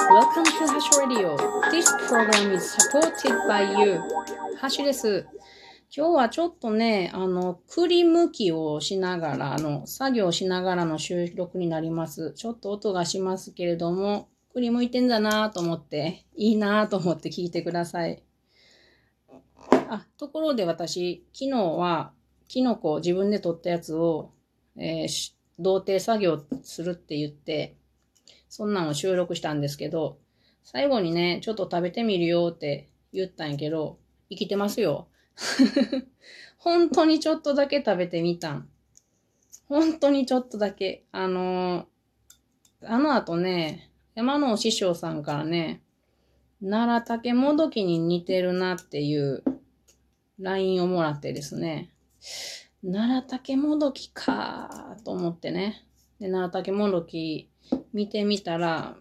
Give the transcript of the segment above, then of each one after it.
Welcome to Hash Radio. This program is supported by you. ハッシュです。今日はちょっとね、栗剥きをしながら、作業しながらの収録になります。ちょっと音がしますけれども、栗剥いてんだなと思って、いいなと思って聞いてください。ところで私、昨日は、キノコを自分で取ったやつを、同定作業するって言って、そんなのを収録したんですけど、最後にね、ちょっと食べてみるよって言ったんやけど、生きてますよ。本当にちょっとだけ食べてみたん。本当にちょっとだけ。あの後ね、山のお師匠さんからね、奈良竹もどきに似てるなっていう LINE をもらってですね、奈良竹もどきかと思ってね。で、奈良竹もどき見てみたら、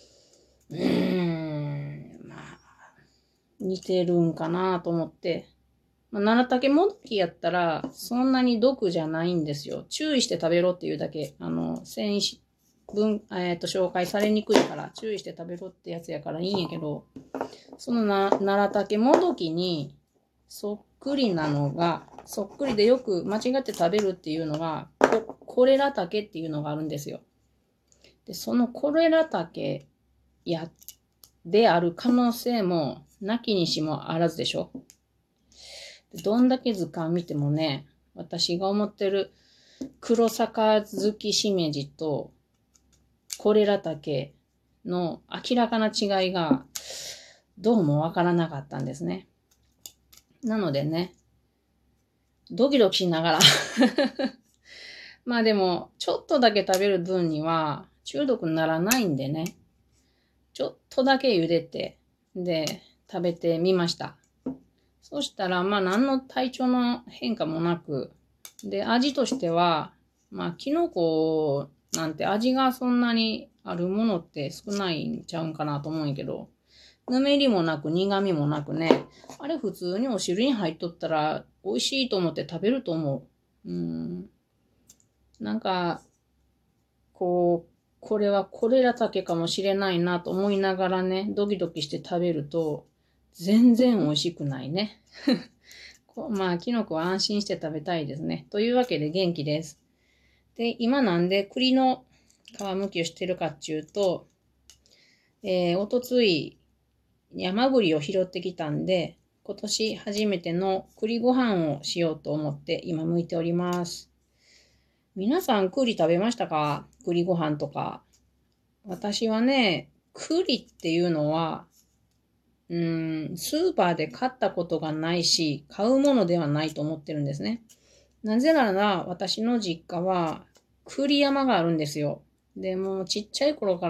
似てるんかなと思って。奈良竹もどきやったら、そんなに毒じゃないんですよ。注意して食べろっていうだけ。繊維紹介されにくいから注意して食べろってやつやからいいんやけど、その奈良竹もどきにそっくりなのが、そっくりでよく間違って食べるっていうのが、コレラ竹っていうのがあるんですよ。で、そのコレラ竹である可能性もなきにしもあらずでしょ。どんだけ図鑑見てもね、私が思ってる黒坂月しめじとコレラ竹の明らかな違いがどうもわからなかったんですね。なのでね、ドキドキしながらまあでも、ちょっとだけ食べる分には中毒にならないんでね、ちょっとだけ茹でて、で、食べてみました。そしたら、何の体調の変化もなく、で、味としては、キノコなんて味がそんなにあるものって少ないんちゃうんかなと思うんやけど、ぬめりもなく苦味もなくね、あれ普通にお汁に入っとったら美味しいと思って食べると思う。なんか、これはコレラ竹かもしれないなと思いながらね、ドキドキして食べると、全然美味しくないね。キノコは安心して食べたいですね。というわけで元気です。で、今なんで栗の皮むきをしてるかっていうと、おとつい山栗を拾ってきたんで、今年初めての栗ご飯をしようと思って今剥いております。皆さん栗食べましたか？栗ご飯とか。私はね、栗っていうのは、スーパーで買ったことがないし、買うものではないと思ってるんですね。なぜなら、私の実家は栗山があるんですよ。で、もうちっちゃい頃から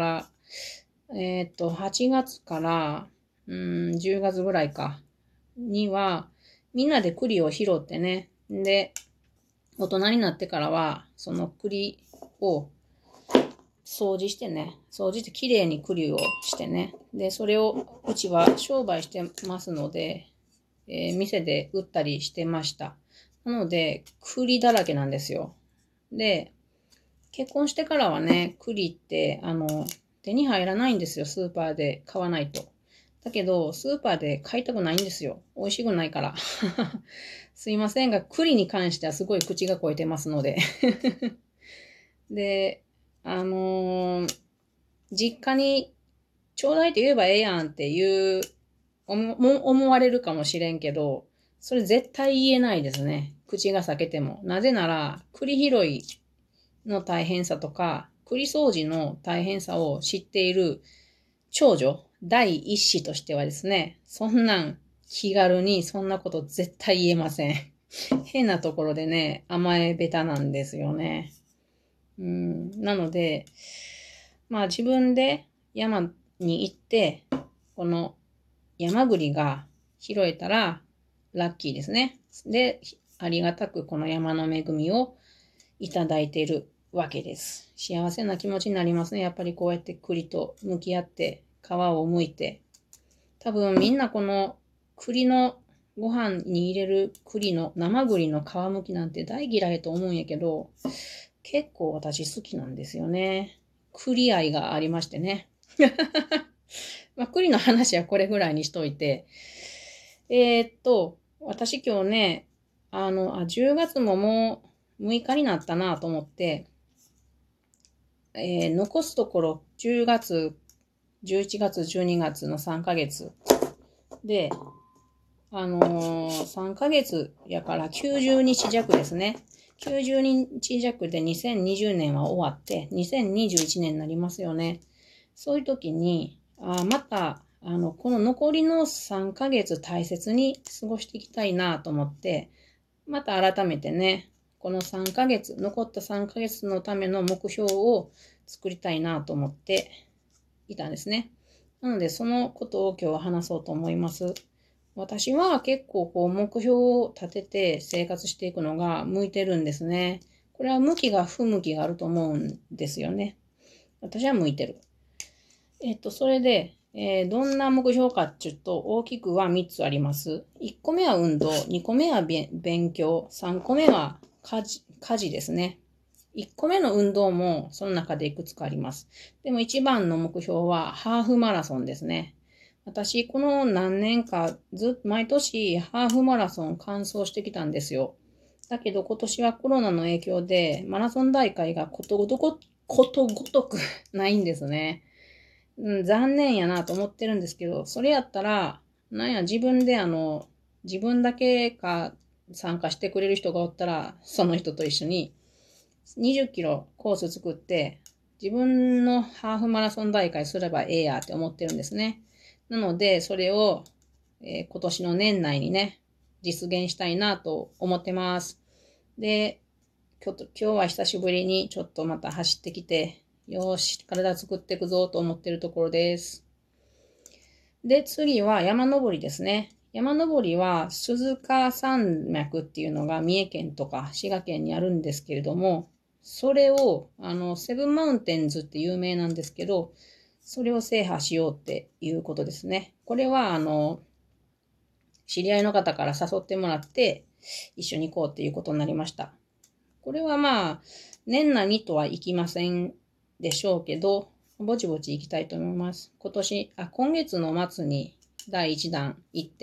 、8月から、10月ぐらいか、には、みんなで栗を拾ってね。で、大人になってからは、その栗を掃除してきれいに栗をしてね。で、それをうちは商売してますので、店で売ったりしてました。なので、栗だらけなんですよ。で、結婚してからはね、栗って、手に入らないんですよ。スーパーで買わないと。だけど、スーパーで買いたくないんですよ。美味しくないから。すいませんが、栗に関してはすごい口が肥えてますので。で、実家にちょうだいと言えばええやんっていう思われるかもしれんけど、それ絶対言えないですね。口が裂けても。なぜなら、栗拾いの大変さとか、栗掃除の大変さを知っている長女、第一子としてはですね、そんなん気軽にそんなこと絶対言えません。変なところでね、甘えべたなんですよね。なので、自分で山に行って、この山栗が拾えたらラッキーですね。で、ありがたくこの山の恵みをいただいているわけです。幸せな気持ちになりますね。やっぱりこうやって栗と向き合って皮を剥いて。多分みんなこの栗のご飯に入れる生栗の皮むきなんて大嫌いと思うんやけど、結構私好きなんですよね。栗愛がありましてね。 まあ、栗の話はこれぐらいにしといて、私今日ね、10月ももう6日になったなと思って、残すところ10月、11月、12月の3ヶ月で、3ヶ月やから90日弱ですね。90日弱で2020年は終わって、2021年になりますよね。そういう時に、また、この残りの3ヶ月大切に過ごしていきたいなと思って、また改めてね、この3ヶ月、残った3ヶ月のための目標を作りたいなと思っていたんですね。なので、そのことを今日は話そうと思います。私は結構目標を立てて生活していくのが向いてるんですね。これは向きが不向きがあると思うんですよね。私は向いてる。それで、どんな目標かっていうと、大きくは3つあります。1個目は運動、2個目は勉強、3個目は家事ですね。1個目の運動もその中でいくつかあります。でも一番の目標はハーフマラソンですね。私、この何年か毎年ハーフマラソン完走してきたんですよ。だけど今年はコロナの影響でマラソン大会がことごとくないんですね。残念やなと思ってるんですけど、それやったら、自分で自分だけが参加してくれる人がおったら、その人と一緒に20キロコース作って、自分のハーフマラソン大会すればええやって思ってるんですね。なので、それを、今年の年内にね、実現したいなと思ってます。で、今日は久しぶりにちょっとまた走ってきて、よーし、体作っていくぞと思ってるところです。で、次は山登りですね。山登りは鈴鹿山脈っていうのが三重県とか滋賀県にあるんですけれども、それを、セブンマウンテンズって有名なんですけど、それを制覇しようっていうことですね。これは、知り合いの方から誘ってもらって、一緒に行こうっていうことになりました。これはまあ、年内にとは行きませんでしょうけど、ぼちぼち行きたいと思います。今月の末に第1弾行って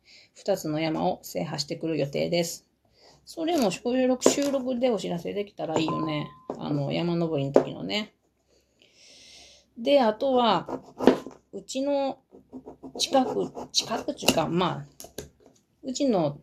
、2つの山を制覇してくる予定です。それも収録でお知らせできたらいいよね。山登りの時のね。で、あとは、うちの近くっていうか、まあ、うちの、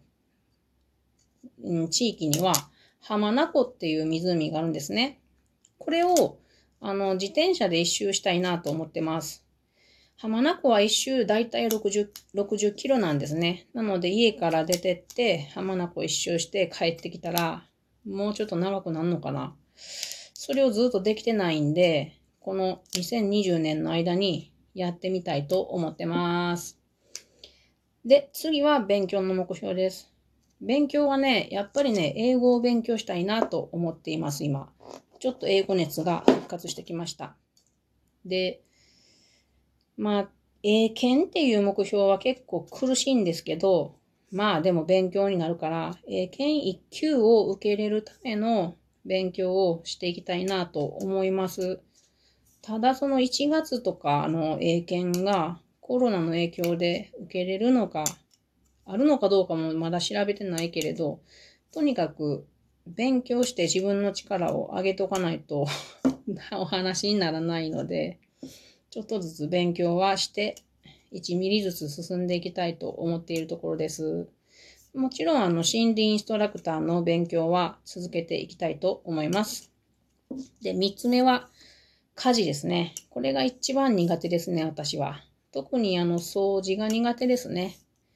地域には、浜名湖っていう湖があるんですね。これを、自転車で一周したいなと思ってます。浜名湖は一周だいたい60キロなんですね。なので家から出てって浜名湖一周して帰ってきたら、もうちょっと長くなるのかな。それをずっとできてないんで、この2020年の間にやってみたいと思ってます。で、次は勉強の目標です。勉強はね、やっぱりね、英語を勉強したいなと思っています、今。ちょっと英語熱が復活してきました。で、まあ、英検っていう目標は結構苦しいんですけど、まあでも勉強になるから、英検1級を受けれるための勉強をしていきたいなと思います。ただその1月とかの英検がコロナの影響で受けれるのか、あるのかどうかもまだ調べてないけれど、とにかく勉強して自分の力を上げとかないとお話にならないので、ちょっとずつ勉強はして1ミリずつ進んでいきたいと思っているところです。もちろん森林インストラクターの勉強は続けていきたいと思います。で、3つ目は家事ですね。これが一番苦手ですね、私は。特に掃除が苦手ですね。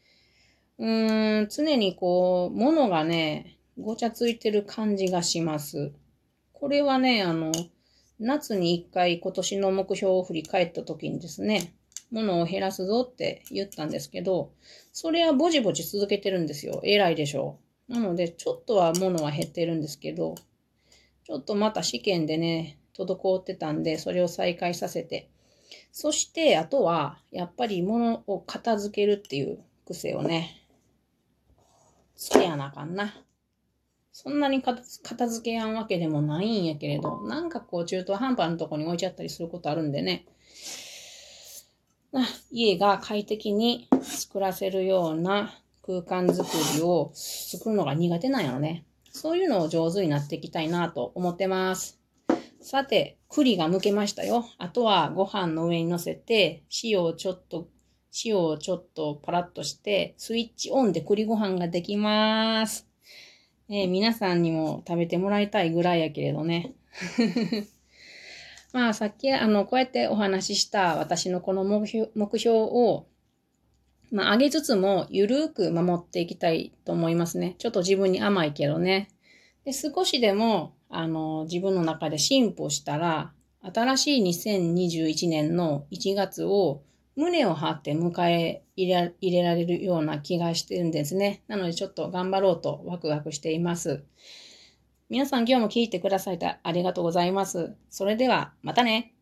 常に物がね、ごちゃついてる感じがします。これはね、夏に一回今年の目標を振り返った時にですね、物を減らすぞって言ったんですけど、それはぼちぼち続けてるんですよ。偉いでしょう。なので、ちょっとは物は減ってるんですけど、ちょっとまた試験でね、滞ってたんで、それを再開させて。そして、あとは、やっぱり物を片付けるっていう癖をね、つけやなあかんな。そんなに片付けやんわけでもないんやけれど、なんか中途半端なとこに置いちゃったりすることあるんでね。 家が快適に作らせるような空間づくりを作るのが苦手なんやろね。そういうのを上手になっていきたいなと思ってます。さて、栗が剥けましたよ。あとはご飯の上に乗せて、塩をちょっとパラッとして、スイッチオンで栗ご飯ができます。皆さんにも食べてもらいたいぐらいやけれどね。まあ、さっき、こうやってお話しした私のこの目標を、まあ、上げつつも、ゆるーく守っていきたいと思いますね。ちょっと自分に甘いけどね。で、少しでも、自分の中で進歩したら、新しい2021年の1月を胸を張って迎え入れられるような気がしてるんですね。なのでちょっと頑張ろうとワクワクしています。皆さん今日も聞いてくださってありがとうございます。それではまたね。